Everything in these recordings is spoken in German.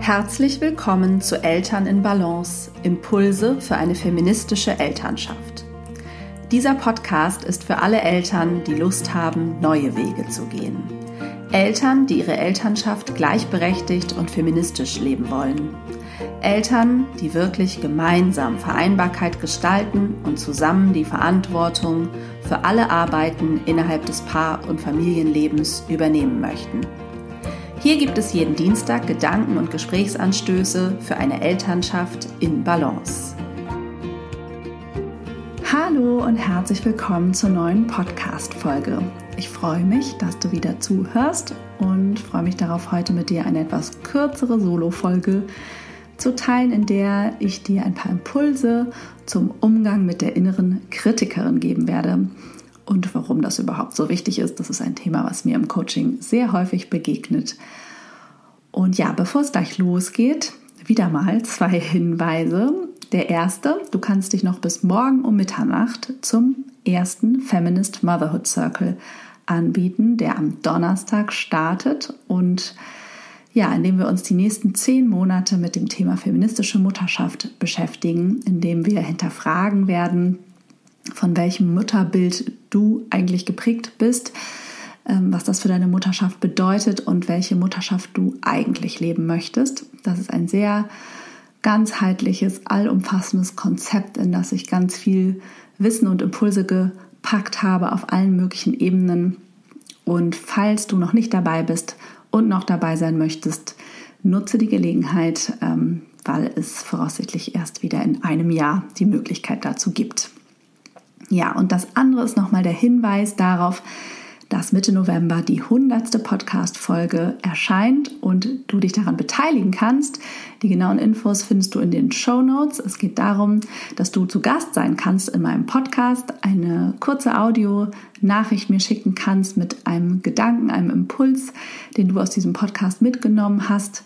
Herzlich willkommen zu Eltern in Balance, Impulse für eine feministische Elternschaft. Dieser Podcast ist für alle Eltern, die Lust haben, neue Wege zu gehen. Eltern, die ihre Elternschaft gleichberechtigt und feministisch leben wollen. Eltern, die wirklich gemeinsam Vereinbarkeit gestalten und zusammen die Verantwortung für alle Arbeiten innerhalb des Paar- und Familienlebens übernehmen möchten. Hier gibt es jeden Dienstag Gedanken- und Gesprächsanstöße für eine Elternschaft in Balance. Hallo und herzlich willkommen zur neuen Podcast-Folge. Ich freue mich, dass du wieder zuhörst und freue mich darauf, heute mit dir eine etwas kürzere Solo-Folge zu teilen, in der ich dir ein paar Impulse zum Umgang mit der inneren Kritikerin geben werde. Und warum das überhaupt so wichtig ist, das ist ein Thema, was mir im Coaching sehr häufig begegnet. Und ja, bevor es gleich losgeht, wieder mal 2 Hinweise. Der erste, du kannst dich noch bis morgen um Mitternacht zum ersten Feminist Motherhood Circle anbieten, der am Donnerstag startet und ja, indem wir uns die nächsten 10 Monate mit dem Thema feministische Mutterschaft beschäftigen, indem wir hinterfragen werden, von welchem Mutterbild du eigentlich geprägt bist, was das für deine Mutterschaft bedeutet und welche Mutterschaft du eigentlich leben möchtest. Das ist ein sehr ganzheitliches, allumfassendes Konzept, in das ich ganz viel Wissen und Impulse gepackt habe auf allen möglichen Ebenen. Und falls du noch nicht dabei bist und noch dabei sein möchtest, nutze die Gelegenheit, weil es voraussichtlich erst wieder in einem Jahr die Möglichkeit dazu gibt. Ja, und das andere ist nochmal der Hinweis darauf, dass Mitte November die 100. Podcast-Folge erscheint und du dich daran beteiligen kannst. Die genauen Infos findest du in den Shownotes. Es geht darum, dass du zu Gast sein kannst in meinem Podcast, eine kurze Audio-Nachricht mir schicken kannst mit einem Gedanken, einem Impuls, den du aus diesem Podcast mitgenommen hast.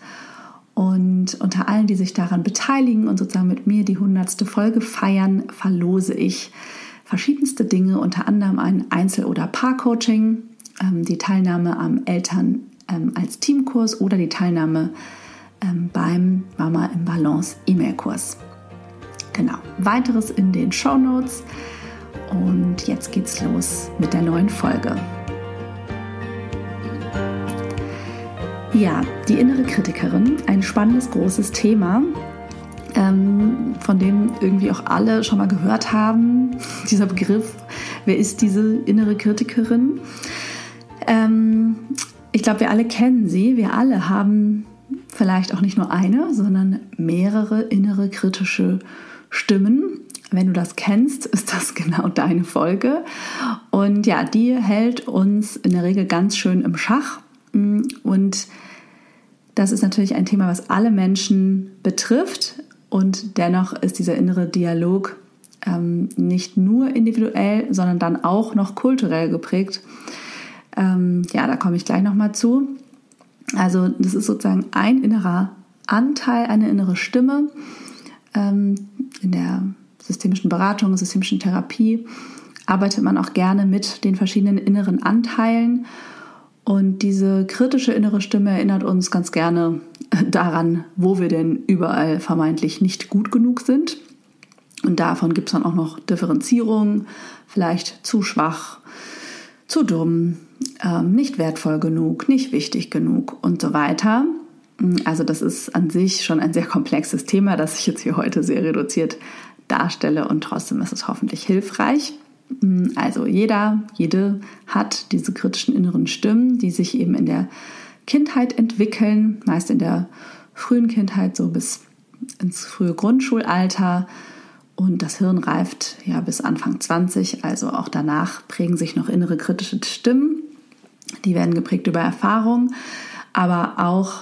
Und unter allen, die sich daran beteiligen und sozusagen mit mir die 100. Folge feiern, verlose ich verschiedenste Dinge, unter anderem ein Einzel- oder Paar-Coaching, die Teilnahme am Eltern als Teamkurs oder die Teilnahme beim Mama im Balance E-Mail-Kurs. Genau, weiteres in den Shownotes und jetzt geht's los mit der neuen Folge. Ja, die innere Kritikerin, ein spannendes, großes Thema, von dem irgendwie auch alle schon mal gehört haben, dieser Begriff. Wer ist diese innere Kritikerin? Ich glaube, wir alle kennen sie. Wir alle haben vielleicht auch nicht nur eine, sondern mehrere innere kritische Stimmen. Wenn du das kennst, ist das genau deine Folge. Und ja, die hält uns in der Regel ganz schön im Schach. Und das ist natürlich ein Thema, was alle Menschen betrifft. Und dennoch ist dieser innere Dialog nicht nur individuell, sondern dann auch noch kulturell geprägt. Ja, da komme ich gleich nochmal zu. Also das ist sozusagen ein innerer Anteil, eine innere Stimme. In der systemischen Beratung, systemischen Therapie arbeitet man auch gerne mit den verschiedenen inneren Anteilen. Und diese kritische innere Stimme erinnert uns ganz gerne daran, wo wir denn überall vermeintlich nicht gut genug sind. Und davon gibt es dann auch noch Differenzierungen, vielleicht zu schwach, zu dumm, nicht wertvoll genug, nicht wichtig genug und so weiter. Also das ist an sich schon ein sehr komplexes Thema, das ich jetzt hier heute sehr reduziert darstelle und trotzdem ist es hoffentlich hilfreich. Also jede hat diese kritischen inneren Stimmen, die sich eben in der Kindheit entwickeln, meist in der frühen Kindheit, so bis ins frühe Grundschulalter. Und das Hirn reift ja bis Anfang 20, also auch danach prägen sich noch innere kritische Stimmen. Die werden geprägt über Erfahrung, aber auch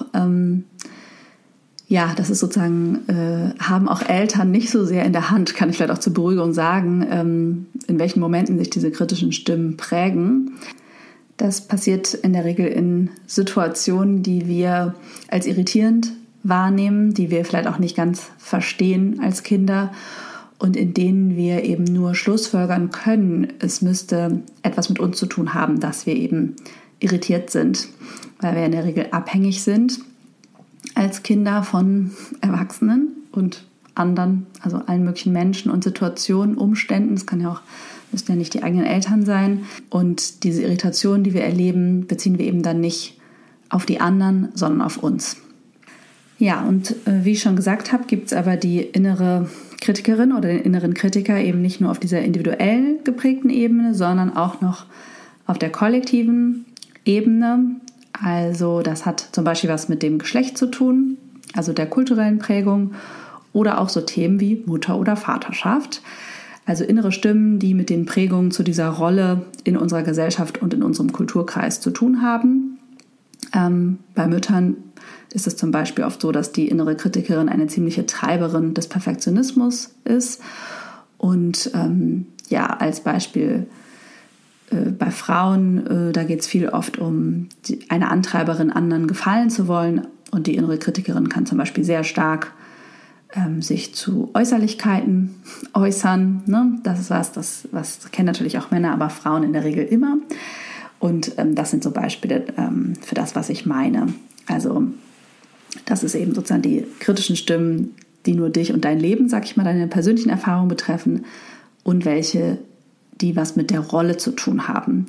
ja, das ist sozusagen, haben auch Eltern nicht so sehr in der Hand, kann ich vielleicht auch zur Beruhigung sagen, in welchen Momenten sich diese kritischen Stimmen prägen. Das passiert in der Regel in Situationen, die wir als irritierend wahrnehmen, die wir vielleicht auch nicht ganz verstehen als Kinder und in denen wir eben nur schlussfolgern können, es müsste etwas mit uns zu tun haben, dass wir eben irritiert sind, weil wir in der Regel abhängig sind als Kinder von Erwachsenen und anderen, also allen möglichen Menschen und Situationen, Umständen. Es müssen ja nicht die eigenen Eltern sein. Und diese Irritationen, die wir erleben, beziehen wir eben dann nicht auf die anderen, sondern auf uns. Ja, und wie ich schon gesagt habe, gibt es aber die innere Kritikerin oder den inneren Kritiker eben nicht nur auf dieser individuell geprägten Ebene, sondern auch noch auf der kollektiven Ebene. Also das hat zum Beispiel was mit dem Geschlecht zu tun, also der kulturellen Prägung oder auch so Themen wie Mutter- oder Vaterschaft. Also innere Stimmen, die mit den Prägungen zu dieser Rolle in unserer Gesellschaft und in unserem Kulturkreis zu tun haben. Bei Müttern ist es zum Beispiel oft so, dass die innere Kritikerin eine ziemliche Treiberin des Perfektionismus ist. Und als Beispiel bei Frauen, da geht es viel oft um eine Antreiberin, anderen gefallen zu wollen. Und die innere Kritikerin kann zum Beispiel sehr stark sich zu Äußerlichkeiten äußern. Ne? Das ist was kennen natürlich auch Männer, aber Frauen in der Regel immer. Und das sind so Beispiele für das, was ich meine. Also das ist eben sozusagen die kritischen Stimmen, die nur dich und dein Leben, sag ich mal, deine persönlichen Erfahrungen betreffen und welche, die was mit der Rolle zu tun haben.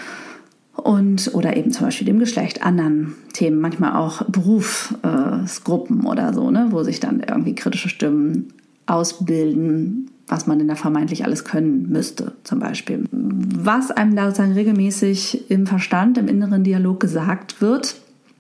Oder eben zum Beispiel dem Geschlecht, anderen Themen, manchmal auch Berufsgruppen oder so, ne, wo sich dann irgendwie kritische Stimmen ausbilden, was man denn da vermeintlich alles können müsste, zum Beispiel. Was einem da sozusagen regelmäßig im Verstand, im inneren Dialog gesagt wird,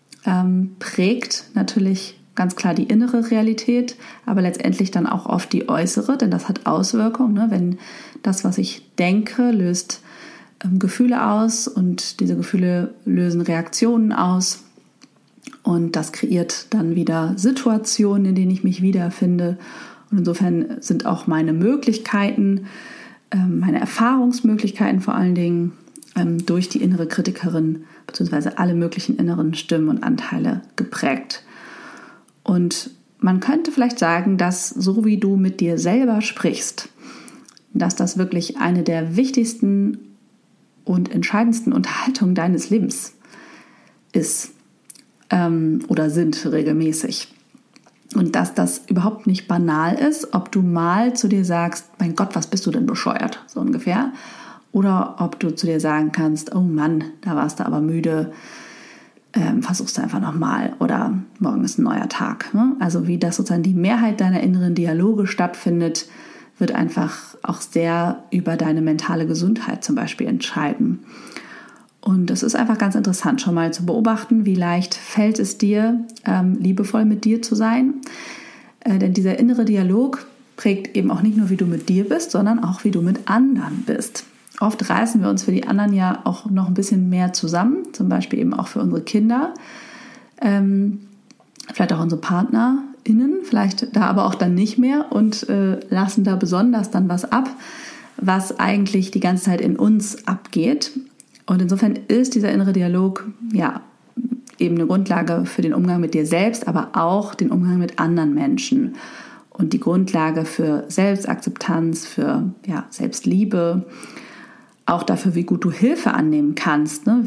prägt natürlich ganz klar die innere Realität, aber letztendlich dann auch oft die äußere, denn das hat Auswirkungen. Ne? Wenn das, was ich denke, löst Gefühle aus und diese Gefühle lösen Reaktionen aus und das kreiert dann wieder Situationen, in denen ich mich wiederfinde. Und insofern sind auch meine Möglichkeiten, meine Erfahrungsmöglichkeiten vor allen Dingen durch die innere Kritikerin bzw. alle möglichen inneren Stimmen und Anteile geprägt. Und man könnte vielleicht sagen, dass so wie du mit dir selber sprichst, dass das wirklich eine der wichtigsten und entscheidendsten Unterhaltungen deines Lebens ist oder sind regelmäßig. Und dass das überhaupt nicht banal ist, ob du mal zu dir sagst, mein Gott, was bist du denn bescheuert, so ungefähr. Oder ob du zu dir sagen kannst, oh Mann, da warst du aber müde, versuchst du einfach nochmal oder morgen ist ein neuer Tag. Ne? Also wie das sozusagen die Mehrheit deiner inneren Dialoge stattfindet, wird einfach auch sehr über deine mentale Gesundheit zum Beispiel entscheiden. Und es ist einfach ganz interessant, schon mal zu beobachten, wie leicht fällt es dir, liebevoll mit dir zu sein. Denn dieser innere Dialog prägt eben auch nicht nur, wie du mit dir bist, sondern auch, wie du mit anderen bist. Oft reißen wir uns für die anderen ja auch noch ein bisschen mehr zusammen, zum Beispiel eben auch für unsere Kinder, vielleicht auch unsere PartnerInnen, vielleicht da aber auch dann nicht mehr und lassen da besonders dann was ab, was eigentlich die ganze Zeit in uns abgeht. Und insofern ist dieser innere Dialog ja eben eine Grundlage für den Umgang mit dir selbst, aber auch den Umgang mit anderen Menschen und die Grundlage für Selbstakzeptanz, für Selbstliebe, auch dafür, wie gut du Hilfe annehmen kannst, ne?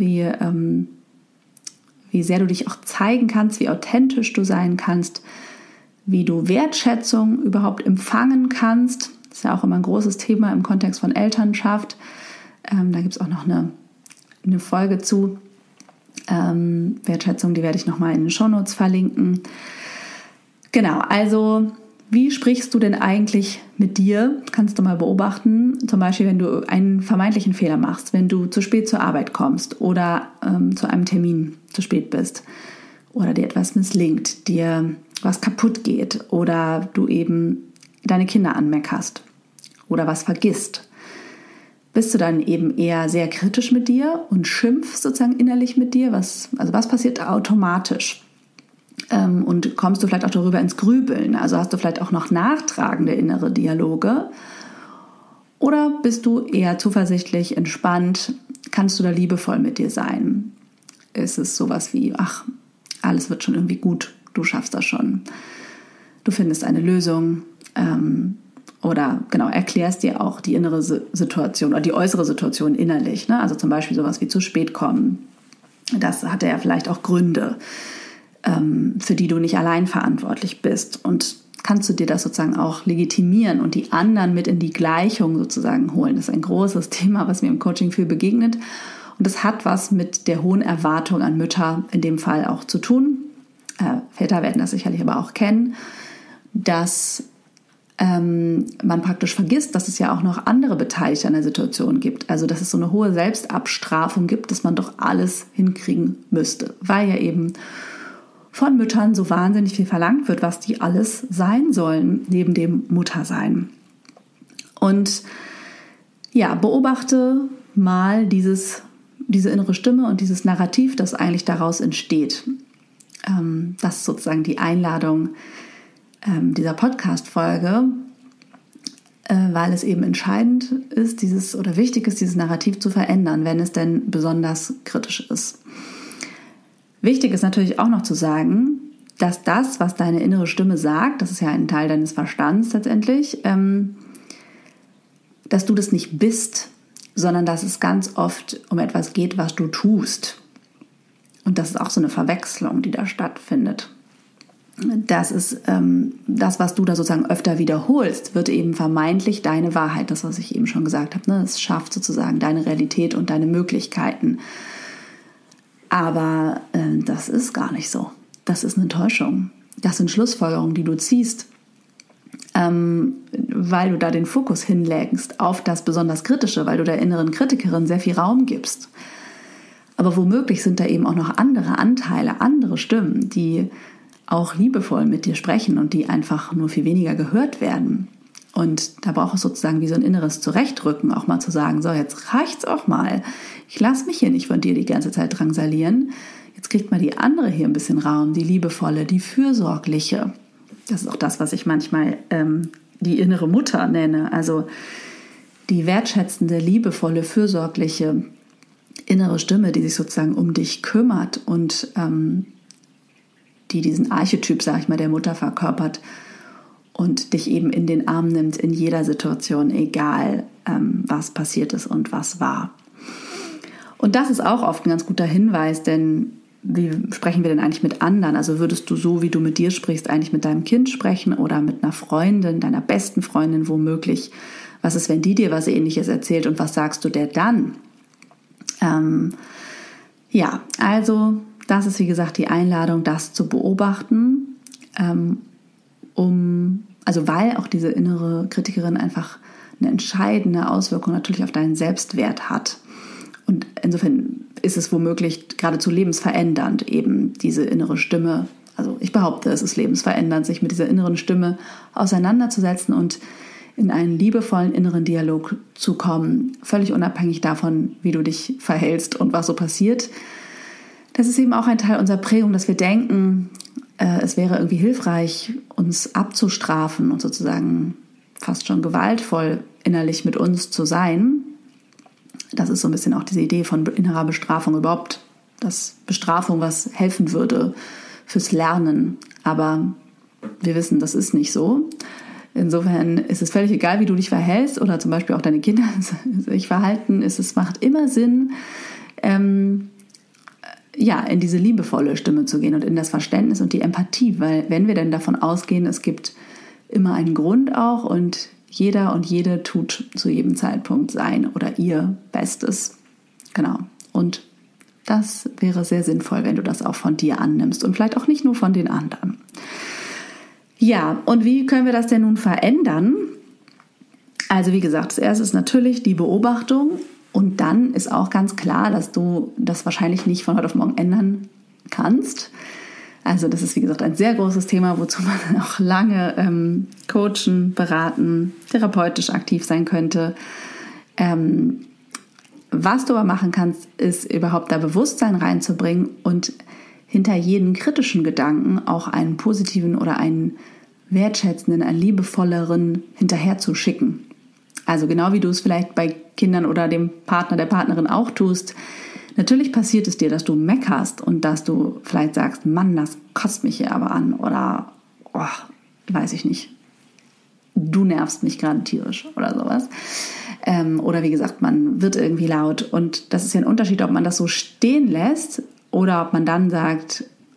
Wie sehr du dich auch zeigen kannst, wie authentisch du sein kannst, wie du Wertschätzung überhaupt empfangen kannst. Das ist ja auch immer ein großes Thema im Kontext von Elternschaft. Da gibt es auch noch eine Folge zu. Wertschätzung, die werde ich nochmal in den Shownotes verlinken. Genau, also wie sprichst du denn eigentlich mit dir? Kannst du mal beobachten, zum Beispiel, wenn du einen vermeintlichen Fehler machst, wenn du zu spät zur Arbeit kommst oder zu einem Termin zu spät bist oder dir etwas misslingt, dir was kaputt geht oder du eben deine Kinder anmeckerst oder was vergisst. Bist du dann eben eher sehr kritisch mit dir und schimpfst sozusagen innerlich mit dir? Was passiert automatisch? Und kommst du vielleicht auch darüber ins Grübeln? Also hast du vielleicht auch noch nachtragende innere Dialoge? Oder bist du eher zuversichtlich, entspannt? Kannst du da liebevoll mit dir sein? Ist es sowas wie, ach, alles wird schon irgendwie gut, du schaffst das schon. Du findest eine Lösung. Oder genau, erklärst dir auch die innere Situation oder die äußere Situation innerlich. Ne? Also zum Beispiel sowas wie zu spät kommen. Das hat ja vielleicht auch Gründe. für die du nicht allein verantwortlich bist. Und kannst du dir das sozusagen auch legitimieren und die anderen mit in die Gleichung sozusagen holen. Das ist ein großes Thema, was mir im Coaching viel begegnet. Und das hat was mit der hohen Erwartung an Mütter in dem Fall auch zu tun. Väter werden das sicherlich aber auch kennen, dass man praktisch vergisst, dass es ja auch noch andere Beteiligte an der Situation gibt. Also dass es so eine hohe Selbstabstrafung gibt, dass man doch alles hinkriegen müsste, weil ja eben von Müttern so wahnsinnig viel verlangt wird, was die alles sein sollen, neben dem Muttersein. Und ja, beobachte mal diese innere Stimme und dieses Narrativ, das eigentlich daraus entsteht. Das ist sozusagen die Einladung dieser Podcast-Folge, weil es eben entscheidend ist, wichtig ist, dieses Narrativ zu verändern, wenn es denn besonders kritisch ist. Wichtig ist natürlich auch noch zu sagen, dass das, was deine innere Stimme sagt, das ist ja ein Teil deines Verstands letztendlich, dass du das nicht bist, sondern dass es ganz oft um etwas geht, was du tust. Und das ist auch so eine Verwechslung, die da stattfindet. Das ist das, was du da sozusagen öfter wiederholst, wird eben vermeintlich deine Wahrheit, das, was ich eben schon gesagt habe. Ne? Es schafft sozusagen deine Realität und deine Möglichkeiten. Aber das ist gar nicht so. Das ist eine Täuschung. Das sind Schlussfolgerungen, die du ziehst, weil du da den Fokus hinlegst auf das besonders Kritische, weil du der inneren Kritikerin sehr viel Raum gibst. Aber womöglich sind da eben auch noch andere Anteile, andere Stimmen, die auch liebevoll mit dir sprechen und die einfach nur viel weniger gehört werden. Und da braucht es sozusagen wie so ein inneres Zurechtrücken, auch mal zu sagen, so, jetzt reicht's auch mal. Ich lasse mich hier nicht von dir die ganze Zeit drangsalieren. Jetzt kriegt mal die andere hier ein bisschen Raum, die liebevolle, die fürsorgliche. Das ist auch das, was ich manchmal die innere Mutter nenne. Also die wertschätzende, liebevolle, fürsorgliche innere Stimme, die sich sozusagen um dich kümmert und die diesen Archetyp, sag ich mal, der Mutter verkörpert und dich eben in den Arm nimmt in jeder Situation, egal was passiert ist und was war. Und das ist auch oft ein ganz guter Hinweis, denn wie sprechen wir denn eigentlich mit anderen? Also würdest du so, wie du mit dir sprichst, eigentlich mit deinem Kind sprechen oder mit einer Freundin, deiner besten Freundin womöglich? Was ist, wenn die dir was Ähnliches erzählt und was sagst du der dann? Ja, also das ist wie gesagt die Einladung, das zu beobachten, weil auch diese innere Kritikerin einfach eine entscheidende Auswirkung natürlich auf deinen Selbstwert hat. Und insofern ist es womöglich geradezu lebensverändernd, eben diese innere Stimme, also ich behaupte, es ist lebensverändernd, sich mit dieser inneren Stimme auseinanderzusetzen und in einen liebevollen inneren Dialog zu kommen, völlig unabhängig davon, wie du dich verhältst und was so passiert. Das ist eben auch ein Teil unserer Prägung, dass wir denken, es wäre irgendwie hilfreich, uns abzustrafen und sozusagen fast schon gewaltvoll innerlich mit uns zu sein. Das ist so ein bisschen auch diese Idee von innerer Bestrafung überhaupt, dass Bestrafung was helfen würde fürs Lernen. Aber wir wissen, das ist nicht so. Insofern ist es völlig egal, wie du dich verhältst oder zum Beispiel auch deine Kinder sich verhalten. Es macht immer Sinn, in diese liebevolle Stimme zu gehen und in das Verständnis und die Empathie. Weil wenn wir denn davon ausgehen, es gibt immer einen Grund auch und jeder und jede tut zu jedem Zeitpunkt sein oder ihr Bestes. Genau. Und das wäre sehr sinnvoll, wenn du das auch von dir annimmst und vielleicht auch nicht nur von den anderen. Ja, und wie können wir das denn nun verändern? Also wie gesagt, das erste ist natürlich die Beobachtung und dann ist auch ganz klar, dass du das wahrscheinlich nicht von heute auf morgen ändern kannst. Also das ist wie gesagt ein sehr großes Thema, wozu man auch lange coachen, beraten, therapeutisch aktiv sein könnte. Was du aber machen kannst, ist überhaupt da Bewusstsein reinzubringen und hinter jedem kritischen Gedanken auch einen positiven oder einen wertschätzenden, einen liebevolleren hinterher zu schicken. Also genau wie du es vielleicht bei Kindern oder dem Partner, der Partnerin auch tust. Natürlich passiert es dir, dass du meckerst und dass du vielleicht sagst, Mann, das kotzt mich hier aber an oder, weiß ich nicht, du nervst mich gerade tierisch oder sowas. Oder wie gesagt, man wird irgendwie laut und das ist ja ein Unterschied, ob man das so stehen lässt oder ob man dann sagt,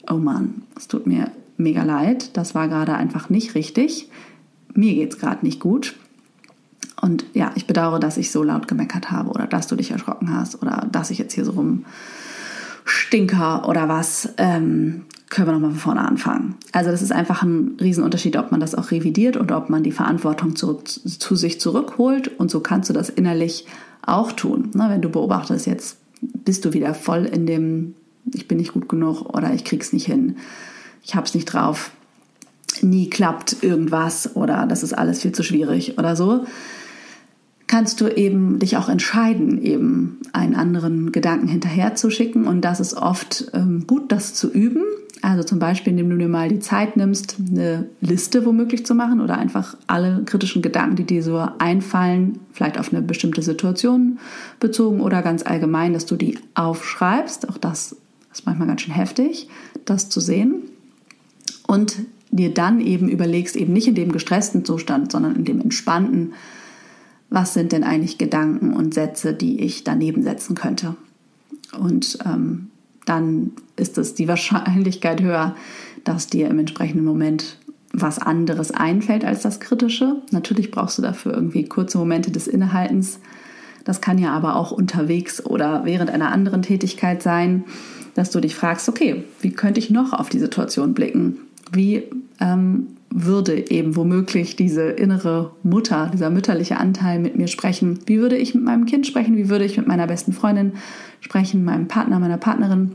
oh Mann, es tut mir mega leid, das war gerade einfach nicht richtig, mir geht's gerade nicht gut und ja, ich bedauere, dass ich so laut gemeckert habe oder dass du dich erschrocken hast oder dass ich jetzt hier so rumstinker oder was, können wir nochmal von vorne anfangen. Also das ist einfach ein Riesenunterschied, ob man das auch revidiert und ob man die Verantwortung zu sich zurückholt und so kannst du das innerlich auch tun. Wenn du beobachtest, jetzt bist du wieder voll in dem, ich bin nicht gut genug oder ich krieg's nicht hin, ich hab's nicht drauf, nie klappt irgendwas oder das ist alles viel zu schwierig oder so, kannst du eben dich auch entscheiden, eben einen anderen Gedanken hinterher zu schicken und das ist oft gut, das zu üben. Also zum Beispiel, indem du dir mal die Zeit nimmst, eine Liste womöglich zu machen oder einfach alle kritischen Gedanken, die dir so einfallen, vielleicht auf eine bestimmte Situation bezogen oder ganz allgemein, dass du die aufschreibst. Auch das ist manchmal ganz schön heftig, das zu sehen. Und dir dann eben überlegst, eben nicht in dem gestressten Zustand, sondern in dem entspannten, was sind denn eigentlich Gedanken und Sätze, die ich daneben setzen könnte. Und dann ist es die Wahrscheinlichkeit höher, dass dir im entsprechenden Moment was anderes einfällt als das Kritische. Natürlich brauchst du dafür irgendwie kurze Momente des Innehaltens. Das kann ja aber auch unterwegs oder während einer anderen Tätigkeit sein, dass du dich fragst, okay, wie könnte ich noch auf die Situation blicken? Wie würde eben womöglich diese innere Mutter, dieser mütterliche Anteil mit mir sprechen? Wie würde ich mit meinem Kind sprechen? Wie würde ich mit meiner besten Freundin sprechen, meinem Partner, meiner Partnerin?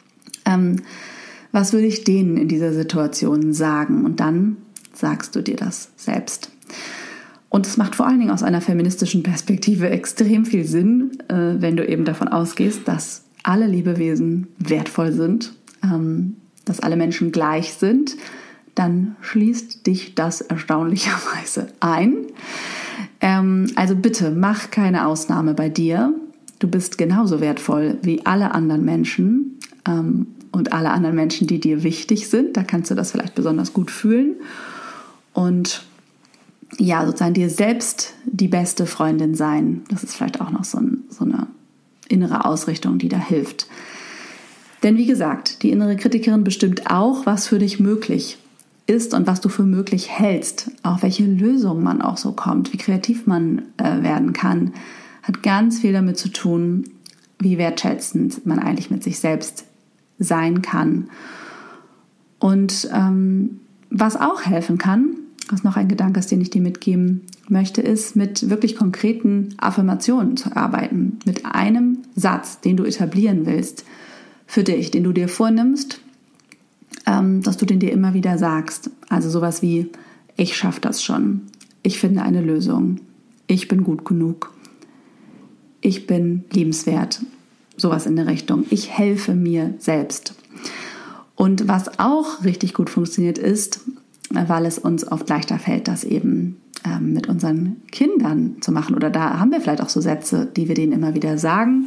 Was würde ich denen in dieser Situation sagen? Und dann sagst du dir das selbst. Und es macht vor allen Dingen aus einer feministischen Perspektive extrem viel Sinn, wenn du eben davon ausgehst, dass alle Lebewesen wertvoll sind, dass alle Menschen gleich sind, dann schließt dich das erstaunlicherweise ein. Also bitte mach keine Ausnahme bei dir. Du bist genauso wertvoll wie alle anderen Menschen und alle anderen Menschen, die dir wichtig sind. Da kannst du das vielleicht besonders gut fühlen. Und ja, sozusagen dir selbst die beste Freundin sein. Das ist vielleicht auch noch so eine innere Ausrichtung, die da hilft. Denn wie gesagt, die innere Kritikerin bestimmt auch, was für dich möglich ist und was du für möglich hältst. Auch welche Lösungen man auch so kommt, wie kreativ man werden kann, hat ganz viel damit zu tun, wie wertschätzend man eigentlich mit sich selbst sein kann. Und was auch helfen kann, was noch ein Gedanke ist, den ich dir mitgeben möchte, ist, mit wirklich konkreten Affirmationen zu arbeiten. Mit einem Satz, den du etablieren willst für dich, den du dir vornimmst, dass du den dir immer wieder sagst. Also sowas wie, ich schaffe das schon, ich finde eine Lösung, ich bin gut genug, ich bin liebenswert, sowas in der Richtung. Ich helfe mir selbst. Und was auch richtig gut funktioniert ist, weil es uns oft leichter fällt, das eben mit unseren Kindern zu machen. Oder da haben wir vielleicht auch so Sätze, die wir denen immer wieder sagen.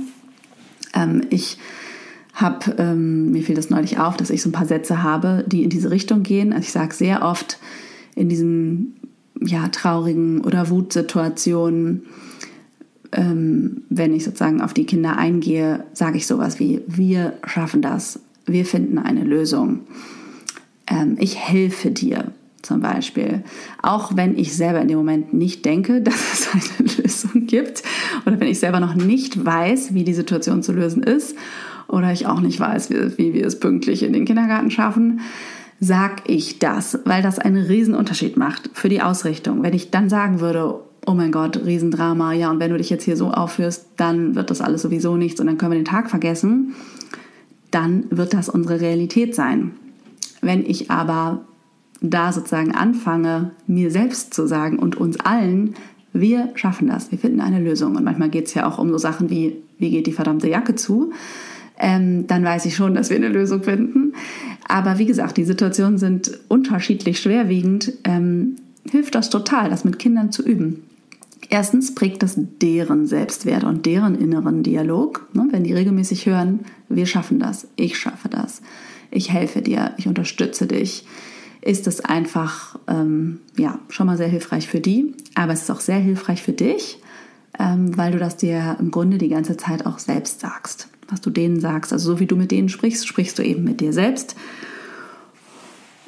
Mir fiel das neulich auf, dass ich so ein paar Sätze habe, die in diese Richtung gehen. Also ich sage sehr oft in diesen traurigen oder Wutsituationen, wenn ich sozusagen auf die Kinder eingehe, sage ich sowas wie, wir schaffen das, wir finden eine Lösung. Ich helfe dir zum Beispiel. Auch wenn ich selber in dem Moment nicht denke, dass es eine Lösung gibt oder wenn ich selber noch nicht weiß, wie die Situation zu lösen ist oder ich auch nicht weiß, wie wir es pünktlich in den Kindergarten schaffen, sag ich das, weil das einen riesen Unterschied macht für die Ausrichtung. Wenn ich dann sagen würde, oh mein Gott, Riesendrama, ja, und wenn du dich jetzt hier so aufführst, dann wird das alles sowieso nichts und dann können wir den Tag vergessen, dann wird das unsere Realität sein. Wenn ich aber da sozusagen anfange, mir selbst zu sagen und uns allen, wir schaffen das, wir finden eine Lösung. Und manchmal geht es ja auch um so Sachen wie geht die verdammte Jacke zu? Dann weiß ich schon, dass wir eine Lösung finden. Aber wie gesagt, die Situationen sind unterschiedlich schwerwiegend. Hilft das total, das mit Kindern zu üben. Erstens prägt das deren Selbstwert und deren inneren Dialog. Wenn die regelmäßig hören, wir schaffen das, ich schaffe das, ich helfe dir, ich unterstütze dich, ist es einfach schon mal sehr hilfreich für die. Aber es ist auch sehr hilfreich für dich, weil du das dir im Grunde die ganze Zeit auch selbst sagst. Was du denen sagst, also so wie du mit denen sprichst, sprichst du eben mit dir selbst.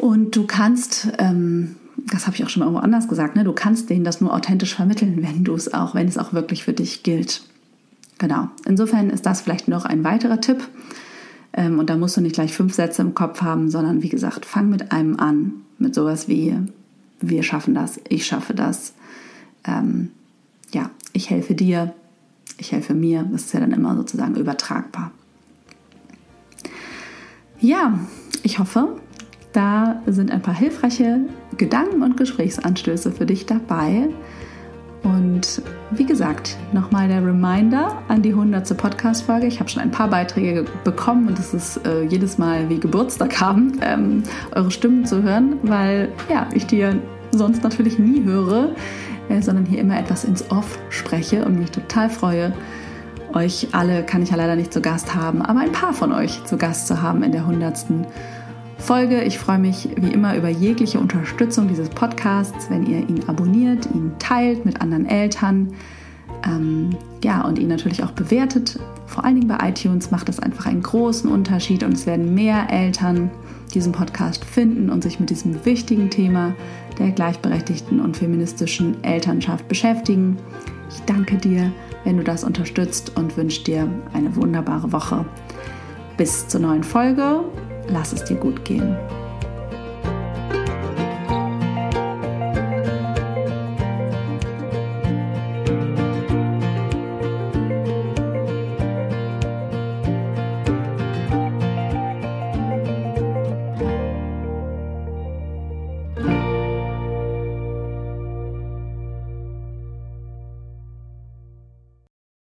Und du kannst, das habe ich auch schon mal irgendwo anders gesagt, ne? Du kannst denen das nur authentisch vermitteln, wenn es auch wirklich für dich gilt. Genau. Insofern ist das vielleicht noch ein weiterer Tipp. Und da musst du nicht gleich 5 Sätze im Kopf haben, sondern wie gesagt, fang mit einem an. Mit sowas wie, wir schaffen das, ich schaffe das. Ich helfe dir, ich helfe mir. Das ist ja dann immer sozusagen übertragbar. Ja, ich hoffe, da sind ein paar hilfreiche Gedanken und Gesprächsanstöße für dich dabei. Und wie gesagt, nochmal der Reminder an die 100. Podcast-Folge. Ich habe schon ein paar Beiträge bekommen und es ist jedes Mal wie Geburtstag haben, eure Stimmen zu hören, weil ich die ja sonst natürlich nie höre, sondern hier immer etwas ins Off spreche und mich total freue. Euch alle kann ich ja leider nicht zu Gast haben, aber ein paar von euch zu Gast zu haben in der 100. Folge. Ich freue mich wie immer über jegliche Unterstützung dieses Podcasts, wenn ihr ihn abonniert, ihn teilt mit anderen Eltern, und ihn natürlich auch bewertet. Vor allen Dingen bei iTunes macht das einfach einen großen Unterschied und es werden mehr Eltern diesen Podcast finden und sich mit diesem wichtigen Thema der gleichberechtigten und feministischen Elternschaft beschäftigen. Ich danke dir, wenn du das unterstützt und wünsche dir eine wunderbare Woche. Bis zur neuen Folge. Lass es dir gut gehen.